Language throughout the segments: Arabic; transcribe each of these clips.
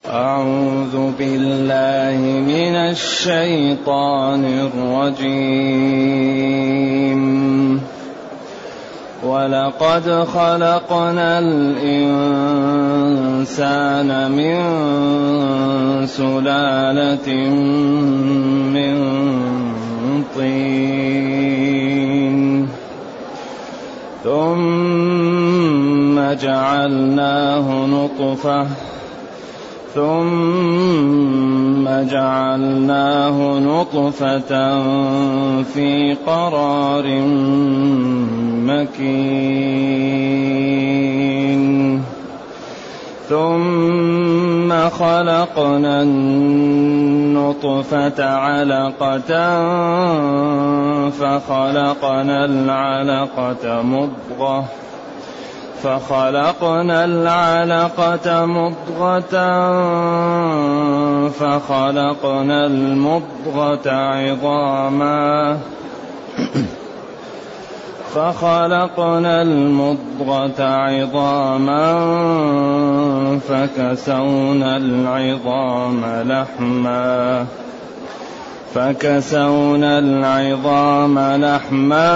أعوذ بالله من الشيطان الرجيم. ولقد خلقنا الإنسان من سلالة من طين ثم جعلناه نطفة في قرار مكين ثم خلقنا النطفة علقة فخلقنا العلقة مضغة فخلقنا المضغة عظاما فكسونا العظام لحما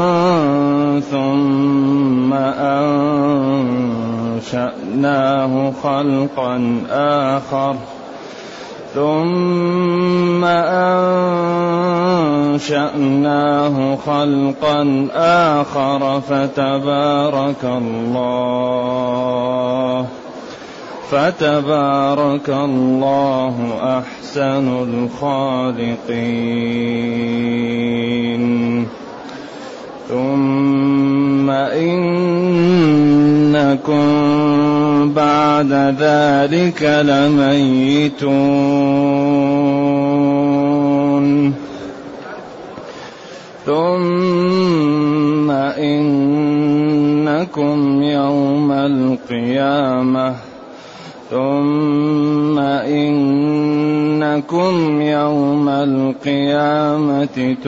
ثم أنشأناه خلقا آخر فتبارك الله أحسن الخالقين. ثم إنكم بعد ذلك لميتون. ثم إنكم يوم القيامة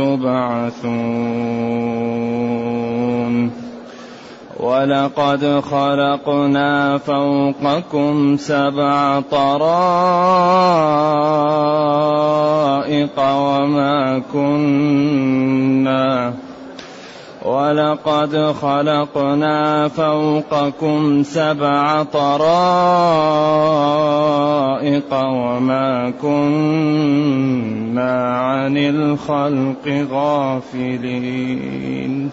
تبعثون. ولقد خلقنا فوقكم 7 طرائق وما كنا عن الخلق غافلين.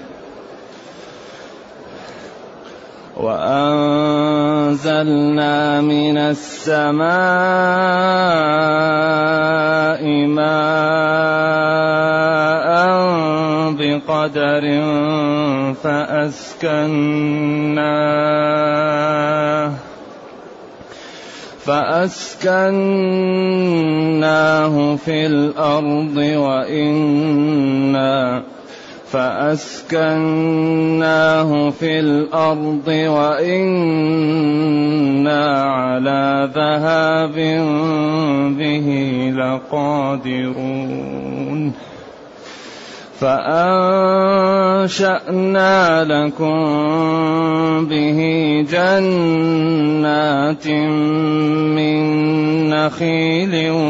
وأنزلنا من السماء ماء بقدر فأسكناه في الأرض وإنا على ذهاب به لقادرون. فأنشأنا لكم به جنات من نخيل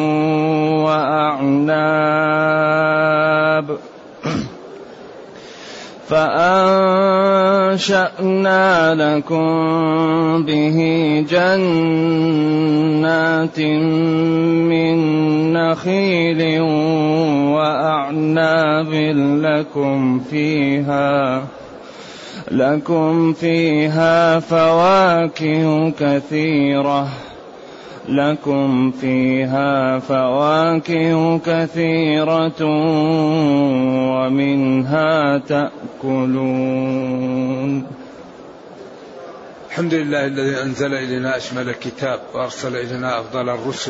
وأعناب لكم فيها فواكه كثيرة ومنها تأكلون. الحمد لله الذي أنزل إلينا أشمل الكتاب وأرسل إلينا أفضل الرسل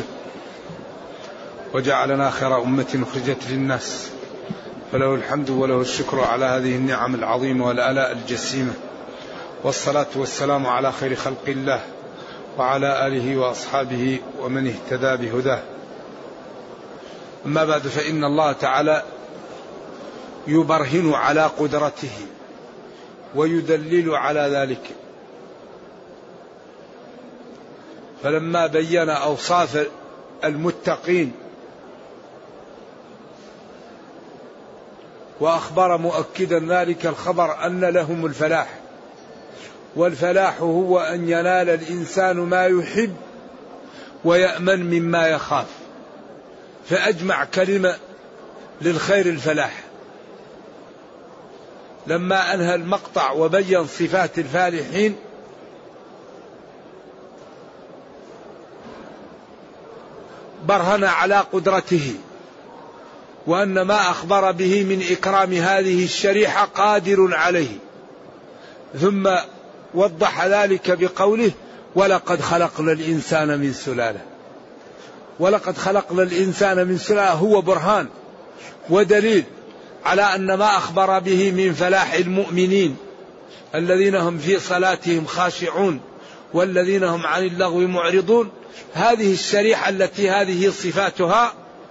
وجعلنا خير أمة أخرجت للناس، فله الحمد وله الشكر على هذه النعم العظيمة والآلاء الجسيمة، والصلاة والسلام على خير خلق الله وعلى آله وأصحابه ومن اهتدى بهداه. أما بعد، فإن الله تعالى يبرهن على قدرته ويدلل على ذلك، فلما بين أوصاف المتقين وأخبر مؤكدا ذلك الخبر أن لهم الفلاح، والفلاح هو أن ينال الإنسان ما يحب ويأمن مما يخاف، فأجمع كلمة للخير الفلاح. لما أنهى المقطع وبين صفات الفالحين برهن على قدرته، وأن ما أخبر به من إكرام هذه الشريحة قادر عليه، ثم وضح ذلك بقوله ولقد خلقنا الإنسان من سلالة. ولقد خلقنا الإنسان من سلالة هو برهان ودليل على أن ما أخبر به من فلاح المؤمنين الذين هم في صلاتهم خاشعون والذين هم عن اللغو معرضون، هذه الشريحة التي هذه صفاتها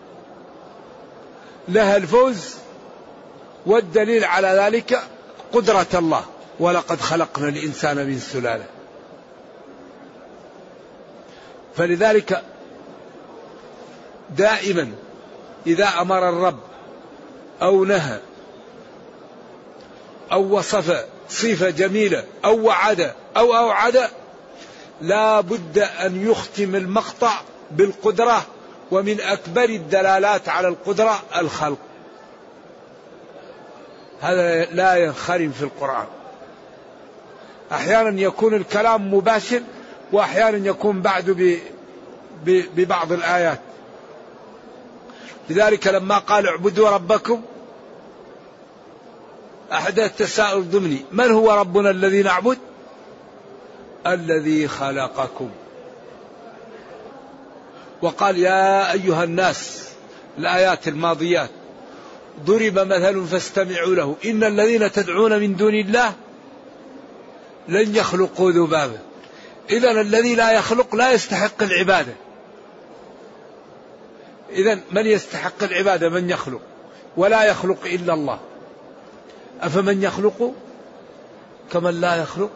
لها الفوز، والدليل على ذلك قدرة الله. ولقد خلقنا الإنسان من سلالة. فلذلك دائما إذا أمر الرب أو نهى أو وصف صفة جميلة أو وعد أو أوعد لا بد أن يختم المقطع بالقدرة، ومن أكبر الدلالات على القدرة الخلق. هذا لا ينخرم في القرآن. أحيانا يكون الكلام مباشر، وأحيانا يكون بعد ببعض الآيات. لذلك لما قال اعبدوا ربكم أحدث التساؤل ضمني: من هو ربنا الذي نعبد؟ الذي خلقكم. وقال يا أيها الناس، الآيات الماضيات: ضرب مثل فاستمعوا له إن الذين تدعون من دون الله لن يخلقوا ذبابا. إذن الذي لا يخلق لا يستحق العبادة. إذن من يستحق العبادة؟ من يخلق، ولا يخلق إلا الله. أفمن يخلق كمن لا يخلق؟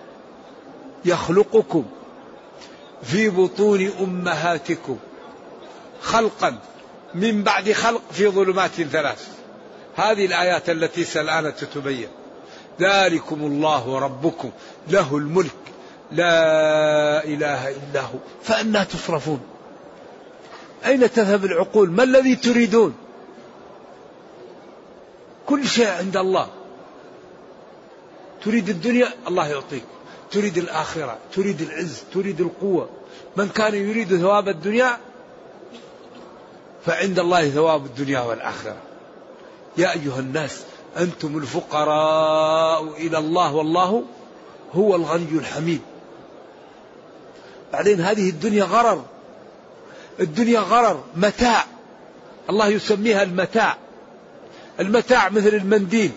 يخلقكم في بطون أمهاتكم خلقا من بعد خلق في ظلمات ثلاث. هذه الآيات التي سالآن تتبين. ذلكم الله ربكم له الملك لا إله إلا هو فأنى تصرفون؟ أين تذهب العقول؟ ما الذي تريدون؟ كل شيء عند الله. تريد الدنيا الله يعطيك، تريد الآخرة، تريد العز، تريد القوة. من كان يريد ثواب الدنيا فعند الله ثواب الدنيا والآخرة. يا أيها الناس أنتم الفقراء إلى الله والله هو الغني الحميد. بعدين هذه الدنيا غرر، الدنيا غرر، متاع، الله يسميها المتاع. المتاع مثل المنديل،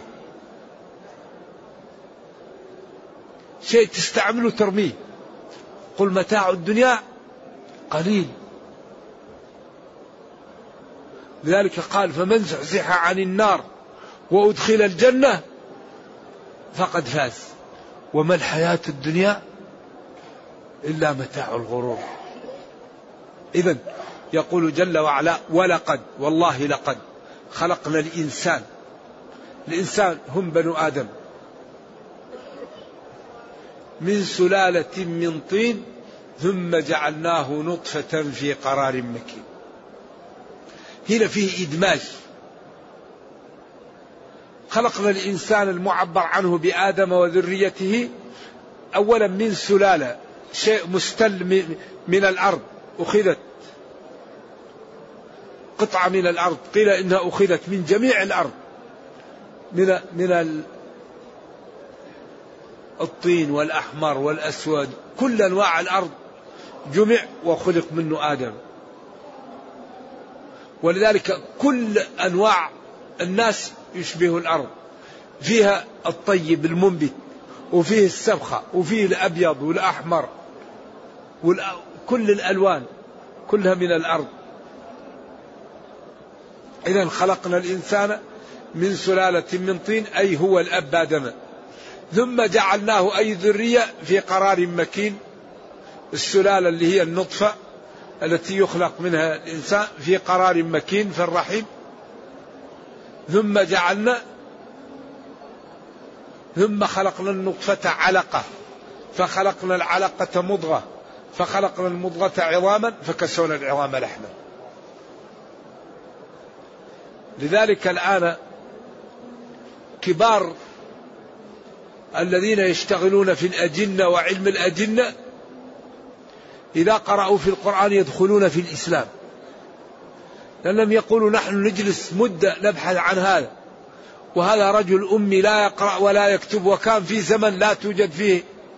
شيء تستعمله ترميه. قل متاع الدنيا قليل. لذلك قال فمن زحزح عن النار وأدخل الجنة فقد فاز وما الحياة الدنيا إلا متاع الغرور. إذن يقول جل وعلا ولقد، والله لقد خلقنا الإنسان. الإنسان هم بنو آدم من سلالة من طين ثم جعلناه نطفة في قرار مكين. هنا فيه إدماج. خلقنا الإنسان المعبر عنه بآدم وذريته أولا من سلالة، شيء مستل من الأرض، أخذت قطعة من الأرض، قيل إنها أخذت من جميع الأرض، من الطين والأحمر والأسود، كل أنواع الأرض جمع وخلق منه آدم. ولذلك كل أنواع الناس يشبه الأرض، فيها الطيب المنبت، وفيه السبخة، وفيه الأبيض والأحمر، كل الألوان كلها من الأرض. إذن خلقنا الإنسان من سلالة من طين، أي هو الأب آدم، ثم جعلناه أي ذرية في قرار مكين، السلالة اللي هي النطفة التي يخلق منها الإنسان في قرار مكين في الرحم، ثم خلقنا النطفة علقة، فخلقنا العلقة مضغة، فخلقنا المضغة عظاما، فكسونا العظام لحما. لذلك الآن كبار الذين يشتغلون في الأجنة وعلم الأجنة إذا قرأوا في القرآن يدخلون في الإسلام، لأنهم يقولوا نحن نجلس مدة نبحث عن هذا، وهذا رجل أمي لا يقرأ ولا يكتب، وكان في زمن لا توجد فيه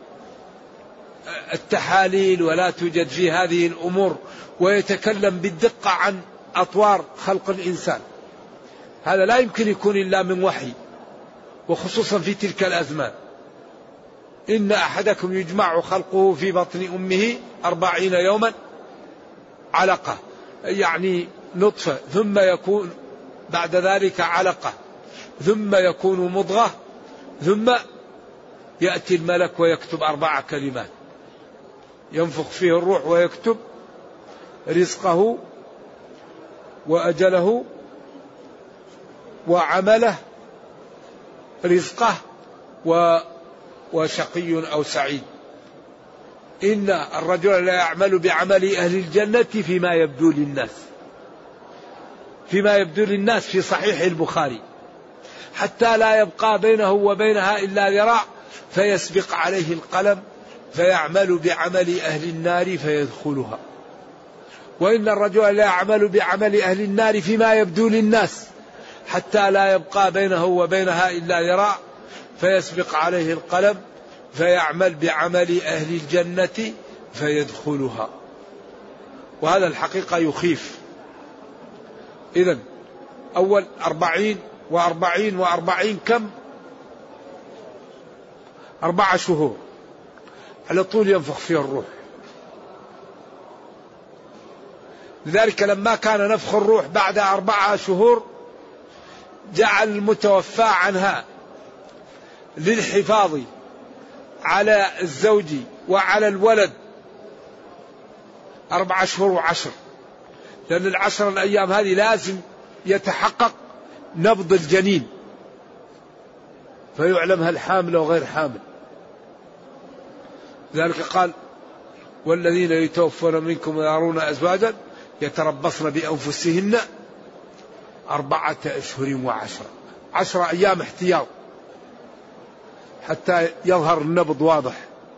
التحاليل ولا توجد فيه هذه الأمور، ويتكلم بالدقة عن أطوار خلق الإنسان. هذا لا يمكن يكون إلا من وحي، وخصوصا في تلك الأزمان. إن أحدكم يجمع خلقه في بطن أمه 40 يوما علقة، يعني نطفة، ثم يكون بعد ذلك علقة، ثم يكون مضغة، ثم يأتي الملك ويكتب 4 كلمات، ينفخ فيه الروح ويكتب رزقه وأجله وعمله، رزقه وشقي أو سعيد. إن الرجل لا يعمل بعمل أهل الجنة فيما يبدو للناس، فيما يبدو للناس في صحيح البخاري، حتى لا يبقى بينه وبينها إلا ذراع فيسبق عليه القلم فيعمل بعمل أهل النار فيدخلها. وإن الرجل لا يعمل بعمل أهل النار فيما يبدو للناس حتى لا يبقى بينه وبينها إلا ذراع فيسبق عليه القلم فيعمل بعمل أهل الجنة فيدخلها. وهذا الحقيقة يخيف. إذن أول 40 و40 كم؟ 4 شهور على طول ينفخ فيه الروح. لذلك لما كان نفخ الروح بعد 4 شهور جعل المتوفى عنها للحفاظ على الزوج وعلى الولد 4 شهور و10، لأن 10 الأيام هذه لازم يتحقق نبض الجنين فيعلم هل حامل أو غير حامل. لذلك قال والذين يتوفون منكم ويرون أزواجا يتربصن بأنفسهن 4 أشهر و10، 10 أيام احتياط حتى يظهر النبض واضح.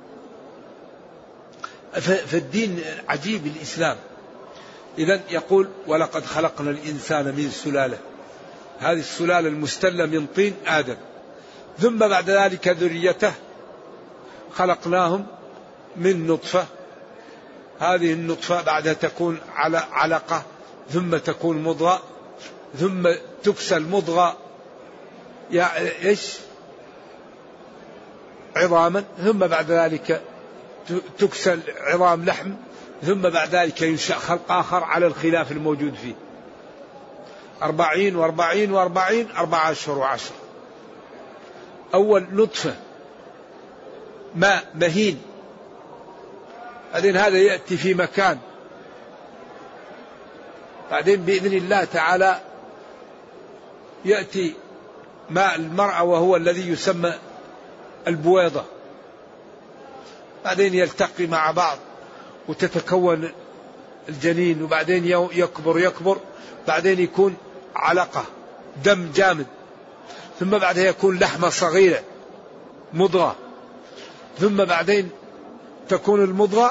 فالدين عجيب الإسلام. إذن يقول ولقد خلقنا الإنسان من سلالة، هذه السلالة المستلة من طين آدم، ثم بعد ذلك ذريته خلقناهم من نطفة، هذه النطفة بعدها تكون على علقة، ثم تكون مضغة، ثم تكسى المضغة عظاما، ثم بعد ذلك تكسى العظام لحم، ثم بعد ذلك ينشأ خلق آخر على الخلاف الموجود فيه. 40 و40 4 أشهر و10. أول نطفة ماء مهين، بعدين هذا يأتي في مكان، بعدين بإذن الله تعالى يأتي ماء المرأة وهو الذي يسمى البويضة، بعدين يلتقي مع بعض وتتكون الجنين، وبعدين يكبر، بعدين يكون علقة دم جامد، ثم بعدها يكون لحمة صغيرة مضغة، ثم بعدين تكون المضغة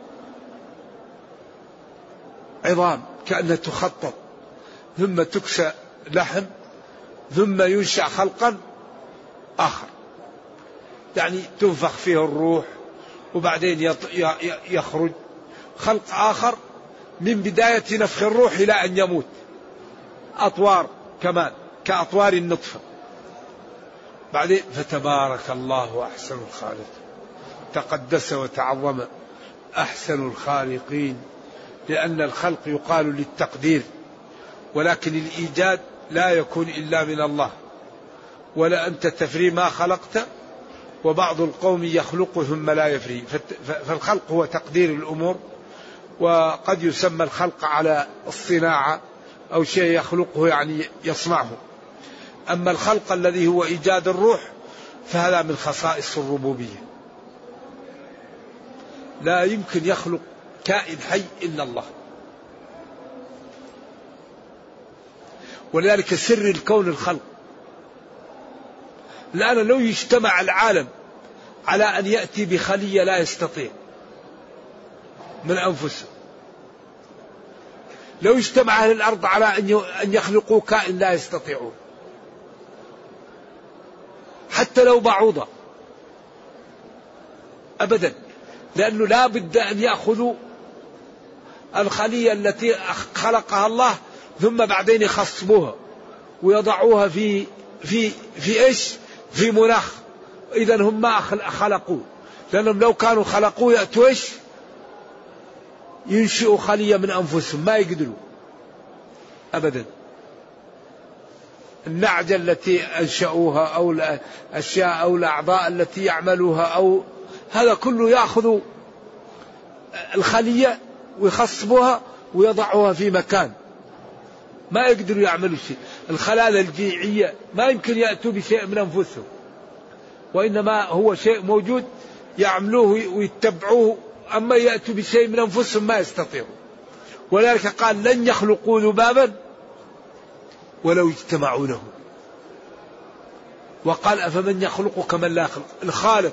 عظام كأنها تخطط، ثم تكسى لحم، ثم ينشأ خلقا آخر، يعني تنفخ فيه الروح، وبعدين يخرج خلق آخر من بداية نفخ الروح إلى أن يموت، أطوار كمان كأطوار النطفة. بعدين فتبارك الله أحسن الخالق، تقدس وتعظم أحسن الخالقين، لأن الخلق يقال للتقدير، ولكن الإيجاد لا يكون إلا من الله. ولا أنت تفري ما خلقت وبعض القوم يخلق ثم لا يفري. فالخلق هو تقدير الأمور، وقد يسمى الخلق على الصناعة أو شيء يخلقه يعني يصنعه. أما الخلق الذي هو إيجاد الروح فهذا من خصائص الربوبية. لا يمكن يخلق كائن حي إلا الله. ولذلك سر الكون الخلق. الآن لو يجتمع العالم على أن يأتي بخلية لا يستطيع من أنفسه، لو اجتمع أهل الأرض على أن يخلقوا كائن لا يستطيعون، حتى لو بعوضة أبدا، لأنه لا بد أن يأخذوا الخلية التي خلقها الله ثم بعدين يخصبوها ويضعوها في إيش؟ في مناخ. إذن هم ما خلقوا، لأنهم لو كانوا خلقوا يأتوا إيش؟ ينشئوا خلية من أنفسهم، ما يقدروا أبدا. النعجة التي أنشأوها أو الأشياء أو الأعضاء التي يعملوها أو هذا كله يأخذ الخلية ويخصبوها ويضعوها في مكان، ما يقدروا يعملوا شيء. الخلايا الجيعية ما يمكن يأتوا بشيء من أنفسهم، وإنما هو شيء موجود يعملوه ويتبعوه، أما يأتوا بشيء من أنفسهم ما يستطيعوا. ولذلك قال لن يخلقوا ذبابا ولو اجتمعوا له. وقال أفمن يخلق كمن لا يخلق. الخالق.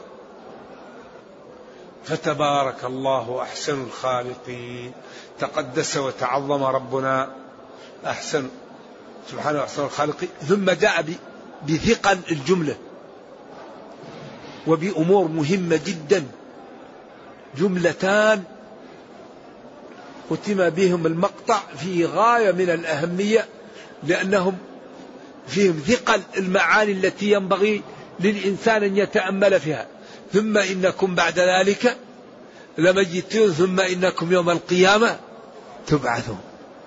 فتبارك الله أحسن الخالقين. تقدس وتعظم ربنا أحسن سبحانه أحسن الخالقين. ثم جاء بثقل الجملة وبأمور مهمة جدا، جملتان ختم بهم المقطع في غاية من الأهمية، لأنهم فيهم ثقل المعاني التي ينبغي للإنسان أن يتأمل فيها. ثم إنكم بعد ذلك لميتون ثم إنكم يوم القيامة تبعثون.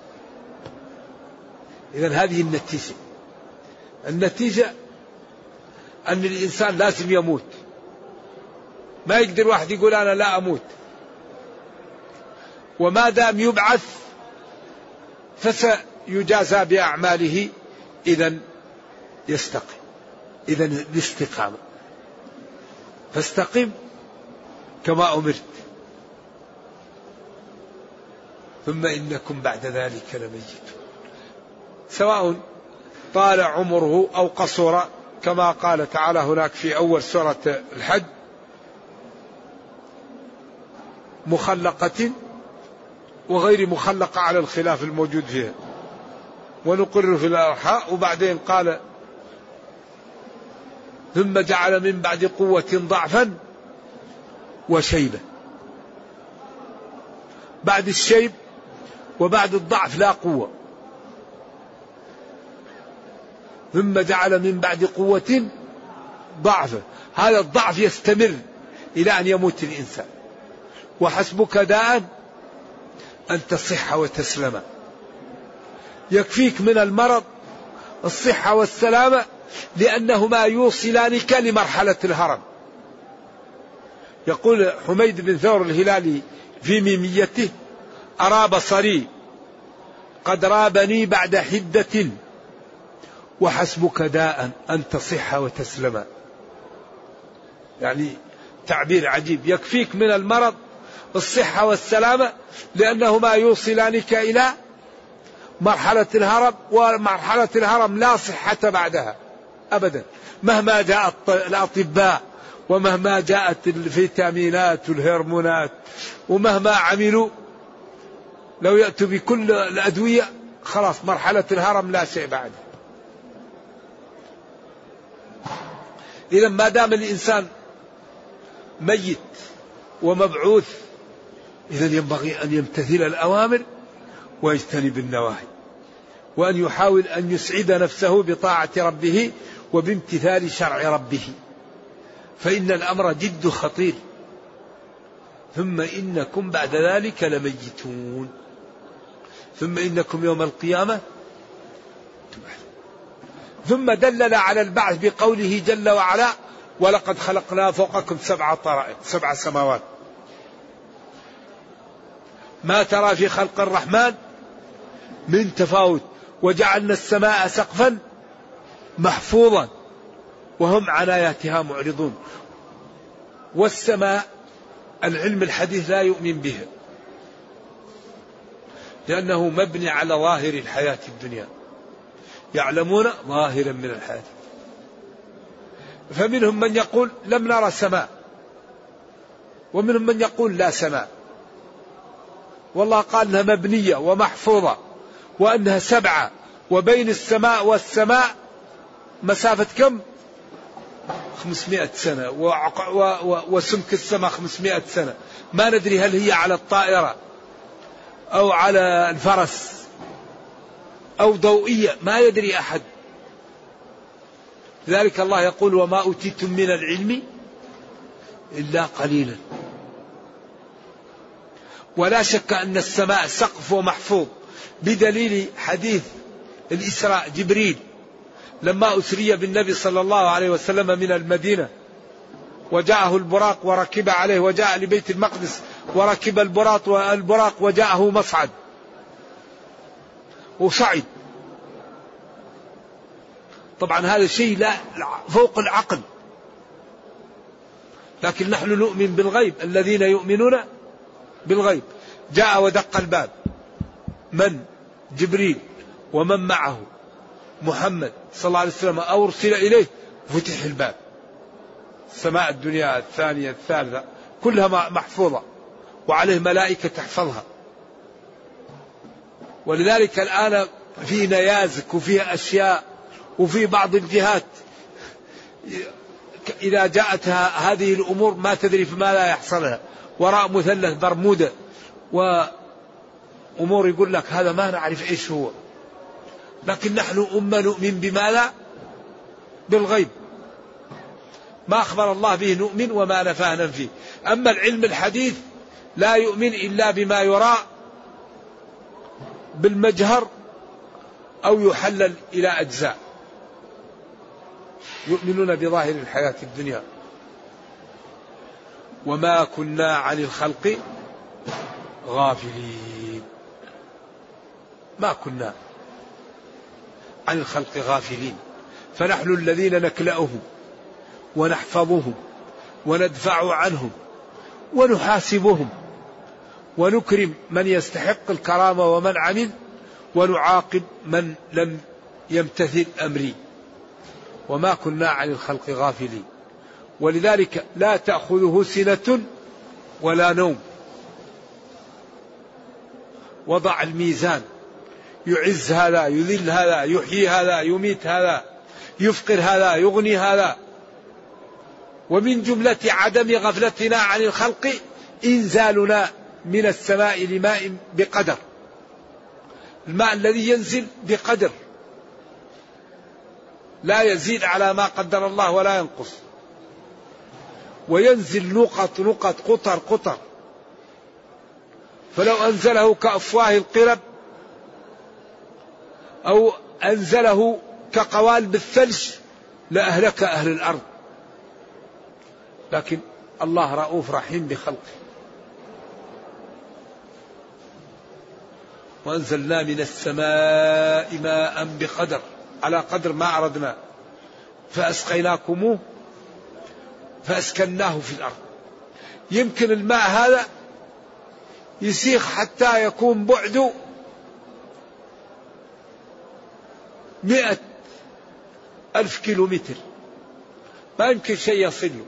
إذن هذه النتيجة. النتيجة أن الإنسان لازم يموت. ما يقدر واحد يقول أنا لا أموت، وما دام يبعث فسيجازى بأعماله. إذن يستقيم. إذن الاستقامة. فاستقم كما أمرت ثم إنكم بعد ذلك لميتون. سواء طال عمره أو قصر، كما قال تعالى هناك في أول سورة الحج: مخلقة وغير مخلقة على الخلاف الموجود فيها، ونقر في الأرحاء. وبعدين قال ثم جعل من بعد قوة ضعفا وشيبة. بعد الشيب وبعد الضعف لا قوة. ثم جعل من بعد قوة ضعفا. هذا الضعف يستمر إلى أن يموت الإنسان. وحسبك داء أن تصح وتسلم. يكفيك من المرض الصحة والسلامة، لأنهما يوصلانك لمرحلة الهرم. يقول حميد بن ثور الهلالي في ميميته: أرى بصري قد رابني بعد حدة، وحسبك داء أن تصح وتسلم. يعني تعبير عجيب. يكفيك من المرض الصحة والسلامة، لأنهما يوصلانك إلى مرحلة الهرم، ومرحلة الهرم لا صحة بعدها أبدا، مهما جاء الأطباء ومهما جاءت الفيتامينات والهرمونات ومهما عملوا. لو يأتوا بكل الأدوية خلاص مرحلة الهرم لا شيء بعده. إذا ما دام الإنسان ميت ومبعوث، إذا ينبغي أن يمتثل الأوامر ويجتنب النواهي، وأن يحاول أن يسعد نفسه بطاعة ربه وبامتثال شرع ربه، فإن الأمر جد خطير. ثم إنكم بعد ذلك لميتون ثم إنكم يوم القيامة تبعثون. ثم دلل على البعث بقوله جل وعلا: ولقد خلقنا فوقكم 7 طرائق 7 سماوات ما ترى في خلق الرحمن من تفاوت وجعلنا السماء سقفا محفوظا وهم عن آياتها معرضون. والسماء العلم الحديث لا يؤمن به لأنه مبني على ظاهر الحياة الدنيا، يعلمون ظاهرا من الحياة. فمنهم من يقول لم نرى سماء، ومنهم من يقول لا سماء، والله قال انها مبنية ومحفوظة وأنها 7، وبين السماء والسماء مسافة كم؟ 500 سنة، وسمك السماء 500 سنة. ما ندري هل هي على الطائرة أو على الفرس أو ضوئية، ما يدري أحد. لذلك الله يقول وما أوتيتم من العلم إلا قليلا. ولا شك أن السماء سقف ومحفوظ بدليل حديث الإسراء جبريل لما أسري بالنبي صلى الله عليه وسلم من المدينة وجاءه البراق وركب عليه، وجاء لبيت المقدس وركب البراق وجاءه مصعد وصعد. طبعا هذا شيء لا فوق العقل، لكن نحن نؤمن بالغيب، الذين يؤمنون بالغيب. جاء ودق الباب، من؟ جبريل، ومن معه؟ محمد صلى الله عليه وسلم، أو أرسل إليه، فتح الباب. السماء الدنيا الثانية الثالثة كلها محفوظة وعليه ملائكة تحفظها. ولذلك الآن في نيازك وفي أشياء وفي بعض الجهات إذا جاءتها هذه الأمور ما تدري فما لا يحصلها، وراء مثلث برمودا وأمور يقول لك هذا ما نعرف إيش هو. لكن نحن أمة نؤمن بما لا بالغيب، ما أخبر الله به نؤمن وما نفاه ننفيه. أما العلم الحديث لا يؤمن إلا بما يرى بالمجهر أو يحلل إلى أجزاء، يؤمنون بظاهر الحياة الدنيا. وما كنا عن الخلق غافلين، ما كنا عن الخلق غافلين، فنحن الذين نكلأهم ونحفظهم وندفع عنهم ونحاسبهم ونكرم من يستحق الكرامة ومن عمل، ونعاقب من لم يمتثل أمري. وما كنا عن الخلق غافلين. ولذلك لا تأخذه سنة ولا نوم. وضع الميزان، يعز هذا يذل هذا، يحيي هذا يميت هذا، يفقر هذا يغني هذا. ومن جملة عدم غفلتنا عن الخلق إنزالنا من السماء لماء بقدر، الماء الذي ينزل بقدر لا يزيد على ما قدر الله ولا ينقص، وينزل نقط نقط قطر قطر. فلو أنزله كأفواه القرب أو أنزله كقوالب الثلج لأهلك أهل الأرض. لكن الله رؤوف رحيم بخلقه. وأنزلنا من السماء ماء بقدر، على قدر ما أردنا، فأسقيناكموه فأسكناه في الأرض. يمكن الماء هذا يسيخ حتى يكون بعده 100,000 كيلومتر، ما يمكن شيء يصله.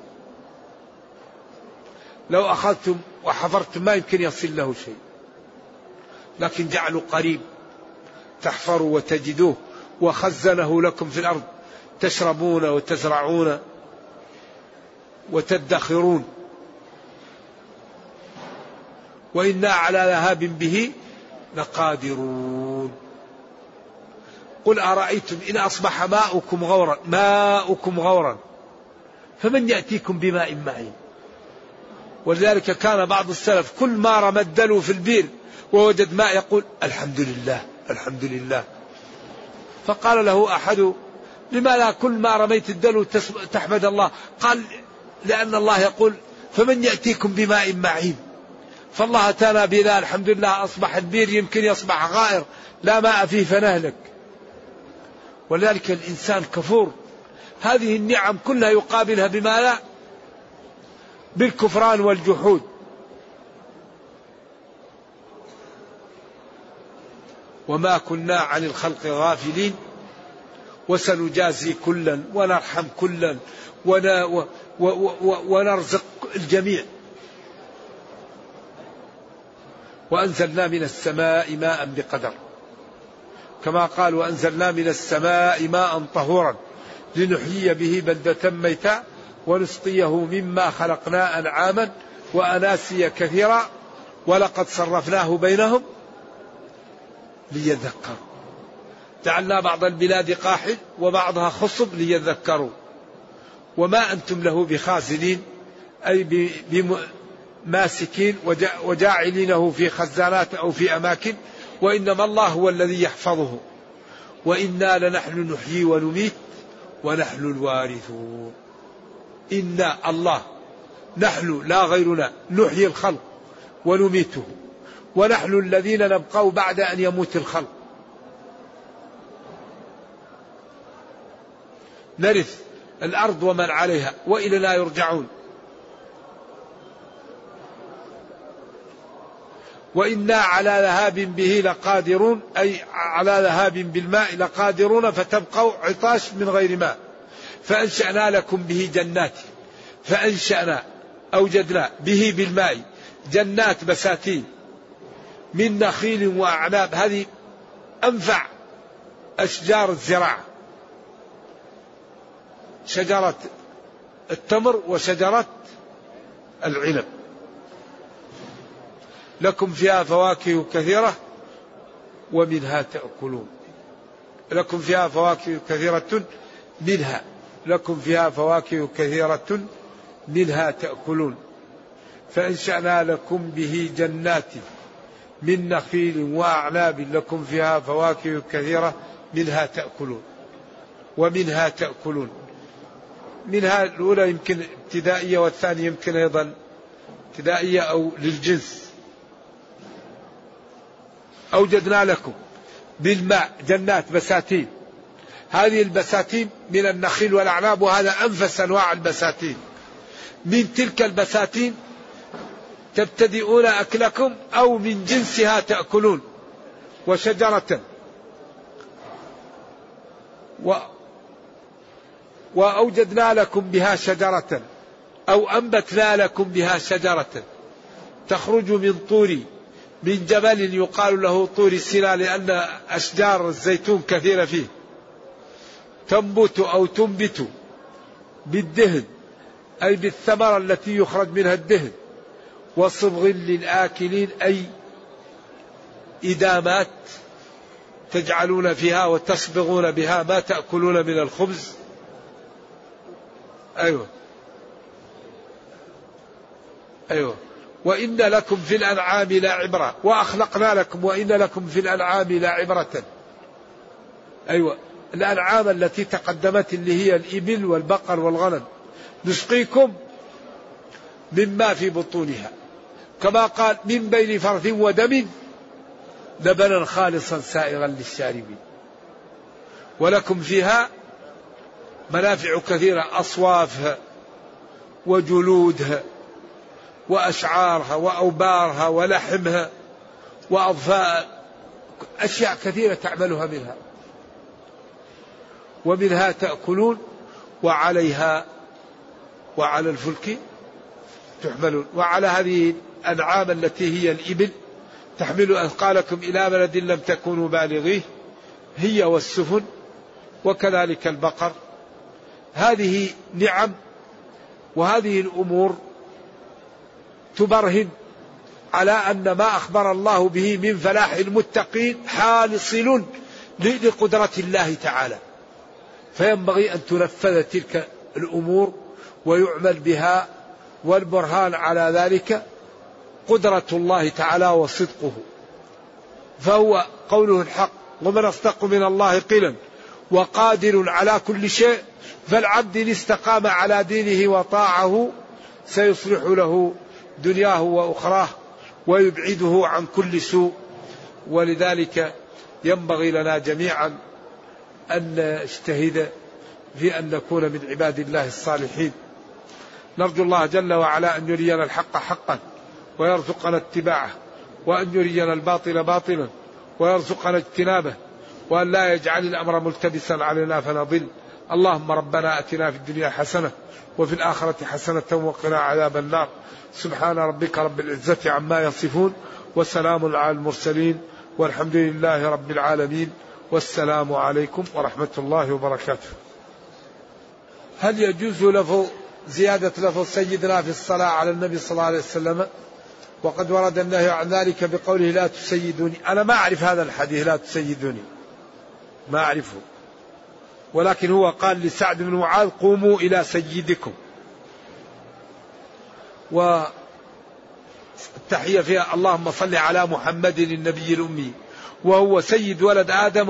لو أخذتم وحفرتم ما يمكن يصل له شيء، لكن جعلوا قريب تحفروا وتجدوه، وخزنه لكم في الأرض تشربون وتزرعون وتدخرون. وإنا على ذهاب به لقادرون. قل أرأيتم إن أصبح ماؤكم غورا فمن يأتيكم بماء معين. ولذلك كان بعض السلف كل ما رمى الدلو في البير ووجد ماء يقول الحمد لله الحمد لله. فقال له أحد لما لا كل ما رميت الدلو تحمد الله؟ قال لأن الله يقول فمن يأتيكم بماء معين. فالله أتانا بنا الحمد لله، أصبح البير يمكن يصبح غائر لا ماء فيه فنهلك. ولذلك الإنسان كفور، هذه النعم كلها يقابلها بما لا؟ بالكفران والجحود. وما كنا عن الخلق غافلين وسنجازي كلا ونرحم كلا ونرزق الجميع. وأنزلنا من السماء ماء بقدر، كما قال وأنزلنا من السماء ماء طهورا لنحيي به بلدة ميتا ونسقيه مما خلقنا أنعاما وأناسيا كثيرا ولقد صرفناه بينهم ليذكروا. جعلنا بعض البلاد قاحل وبعضها خصب ليذكروا وما أنتم له بخازنين، أي بماسكين وجاعلينه في خزانات أو في أماكن، وإنما الله هو الذي يحفظه. وإنا لنحن نحيي ونميت ونحن الوارثون. إنا الله، نحن لا غيرنا، نحيي الخلق ونميته، ونحن الذين نبقى بعد أن يموت الخلق. نرث الأرض ومن عليها وإلينا يرجعون. وإنا على ذهاب به لقادرون، أي على ذهاب بالماء لقادرون فتبقوا عطاش من غير ماء. فأنشأنا لكم به جنات، فأنشأنا أوجدنا به بالماء جنات بساتين من نخيل وأعناب، هذه أنفع أشجار الزراعة، شجرة التمر وشجرة العنب. لكم فيها فواكه كثيرة ومنها تأكلون. لكم فيها فواكه كثيرة منها، لكم فيها فواكه كثيرة منها تأكلون. فأنشأنا لكم به جنات من نخيل وأعناب لكم فيها فواكه كثيرة منها تأكلون ومنها تأكلون. منها الأولى يمكن ابتدائية والثانية يمكن أيضا ابتدائية أو للجنس. أوجدنا لكم بالماء جنات بساتين، هذه البساتين من النخيل والأعناب، وهذا أنفس أنواع البساتين. من تلك البساتين تبتدئون أكلكم أو من جنسها تأكلون. وشجرة وأوجدنا لكم بها شجرة أو أنبتنا لكم بها شجرة تخرج من طور، من جبل يقال له طور سيناء لأن أشجار الزيتون كثيرة فيه، تنبت أو تنبت بالدهن، أي بالثمرة التي يخرج منها الدهن، وصبغ للآكلين، أي إدامات تجعلون فيها وتصبغون بها ما تأكلون من الخبز. أيوة. وإن لكم في الأنعام لعبرة وأخلقنا لكم وإن لكم في الأنعام لعبرة. أيوة، الأنعام التي تقدمت اللي هي الإبل والبقر والغنم، نسقيكم مما في بطونها، كما قال من بين فرث ودم لبنا خالصا سائغا للشاربين. ولكم فيها منافع كثيرة، أصوافها وجلودها وأشعارها وأوبارها ولحمها وأضفاء، أشياء كثيرة تعملها منها. ومنها تأكلون وعليها وعلى الفلك تحملون. وعلى هذه الأنعام التي هي الإبل تحمل أثقالكم إلى بلد لم تكونوا بالغيه، هي والسفن، وكذلك البقر. هذه نعم، وهذه الأمور تبرهن على أن ما أخبر الله به من فلاح المتقين حاصل لقدرة الله تعالى، فينبغي أن تنفذ تلك الأمور ويعمل بها. والبرهان على ذلك قدرة الله تعالى وصدقه، فهو قوله الحق ومن أصدق من الله قيلا وقادر على كل شيء، فالعبد إن استقام على دينه وطاعه سيصلح له دنياه وأخراه ويبعده عن كل سوء. ولذلك ينبغي لنا جميعا أن نجتهد في أن نكون من عباد الله الصالحين. نرجو الله جل وعلا أن يرينا الحق حقا ويرزقنا اتباعه، وأن يرينا الباطل باطلا ويرزقنا اجتنابه، وأن لا يجعل الأمر ملتبسا علينا فنضل. اللهم ربنا أتنا في الدنيا حسنة وفي الآخرة حسنة وقنا عذاب النار. سبحان ربك رب العزة عما يصفون وسلام على المرسلين والحمد لله رب العالمين، والسلام عليكم ورحمة الله وبركاته. هل يجوز زيادة لفظ سيدنا في الصلاة على النبي صلى الله عليه وسلم؟ وقد ورد النهي عن ذلك بقوله لا تسيدوني. أنا ما أعرف هذا الحديث لا تسيدوني، ما أعرفه، ولكن هو قال لسعد بن معاذ قوموا إلى سيدكم. والتحية فيها اللهم صل على محمد النبي الأمي، وهو سيد ولد آدم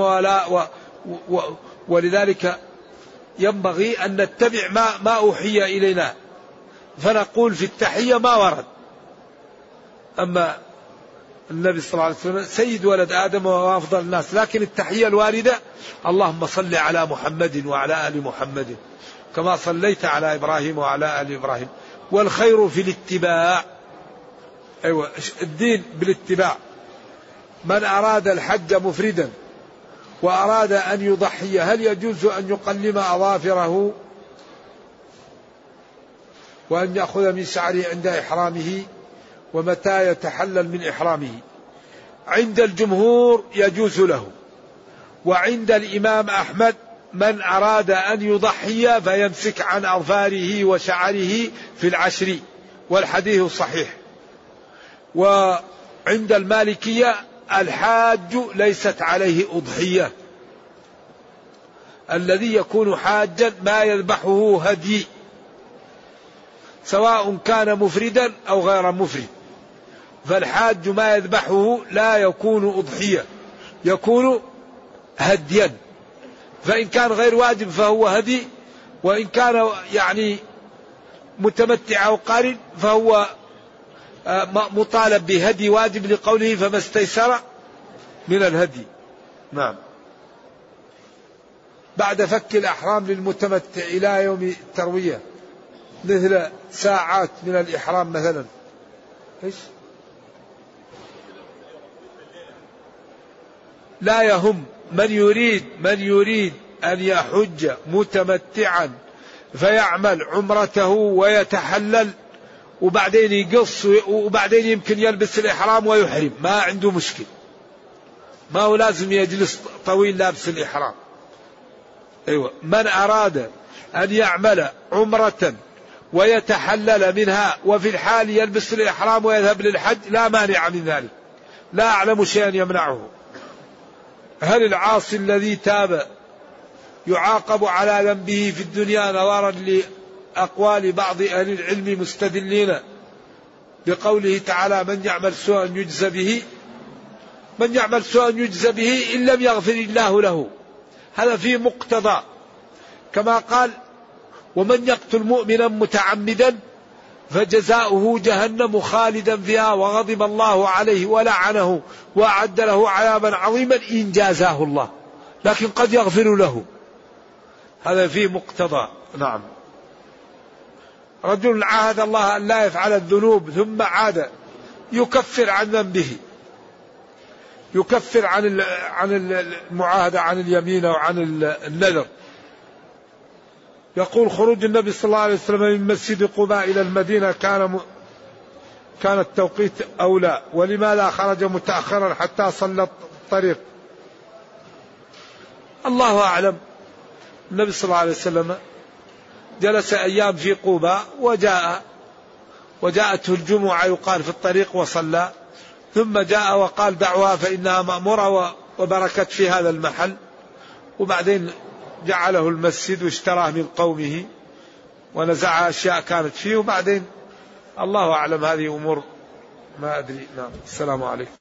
ولذلك ينبغي أن نتبع ما أوحي إلينا، فنقول في التحية ما ورد. أما النبي صلى الله عليه وسلم سيد ولد آدم وأفضل الناس، لكن التحية الواردة اللهم صل على محمد وعلى آل محمد كما صليت على إبراهيم وعلى آل إبراهيم. والخير في الاتباع، أيوة الدين بالاتباع. من أراد الحج مفردا وأراد أن يضحي هل يجوز أن يقلم أظافره وأن يأخذ من شعره عند إحرامه؟ ومتى يتحلل من إحرامه؟ عند الجمهور يجوز له، وعند الإمام أحمد من أراد أن يضحي فيمسك عن أظفاره وشعره في العشر، والحديث صحيح. وعند المالكية الحاج ليست عليه أضحية، الذي يكون حاجا ما يذبحه هدي، سواء كان مفردا أو غير مفرد. فالحاج ما يذبحه لا يكون أضحية، يكون هديا. فإن كان غير واجب فهو هدي، وإن كان يعني متمتع أو قارن فهو مطالب بهدي واجب لقوله فما استيسر من الهدي. نعم. بعد فك الأحرام للمتمتع إلى يوم التروية مثل ساعات من الإحرام مثلا، إيش؟ لا يهم من يريد أن يحج متمتعا فيعمل عمرته ويتحلل وبعدين يقص وبعدين يمكن يلبس الإحرام ويحرم، ما عنده مشكل، ما هو لازم يجلس طويل لابس الإحرام. أيوة. من أراد أن يعمل عمرة ويتحلل منها وفي الحال يلبس الإحرام ويذهب للحج لا مانع من ذلك، لا أعلم شيئا يمنعه. هل العاصي الذي تاب يعاقب على ذنبه في الدنيا نظرا لأقوال بعض أهل العلم مستدلين بقوله تعالى من يعمل سوءا يجزى به، من يعمل سوءا يجزى به إن لم يغفر الله له، هذا فيه مقتضى، كما قال ومن يقتل مؤمنا متعمدا فجزاؤه جهنم خالدا فيها وغضب الله عليه ولعنه وأعد له عذابا عظيما إن جازاه الله، لكن قد يغفر له، هذا فيه مقتضى. نعم. رجل عاهد الله أن لا يفعل الذنوب ثم عاد يكفر عن ذنبه، يكفر عن المعاهدة عن اليمين وعن النذر. يقول خروج النبي صلى الله عليه وسلم من مسجد قباء إلى المدينة كان التوقيت أولى، ولماذا خرج متأخرا حتى صلى الطريق؟ الله أعلم. النبي صلى الله عليه وسلم جلس أيام في قباء وجاءته الجمعة يقال في الطريق وصلى، ثم جاء وقال دعوها فإنها مأمورة وبركت في هذا المحل، وبعدين جعله المسجد واشتراه من قومه ونزع أشياء كانت فيه، وبعدين الله أعلم، هذه أمور ما أدري. نعم. السلام عليكم.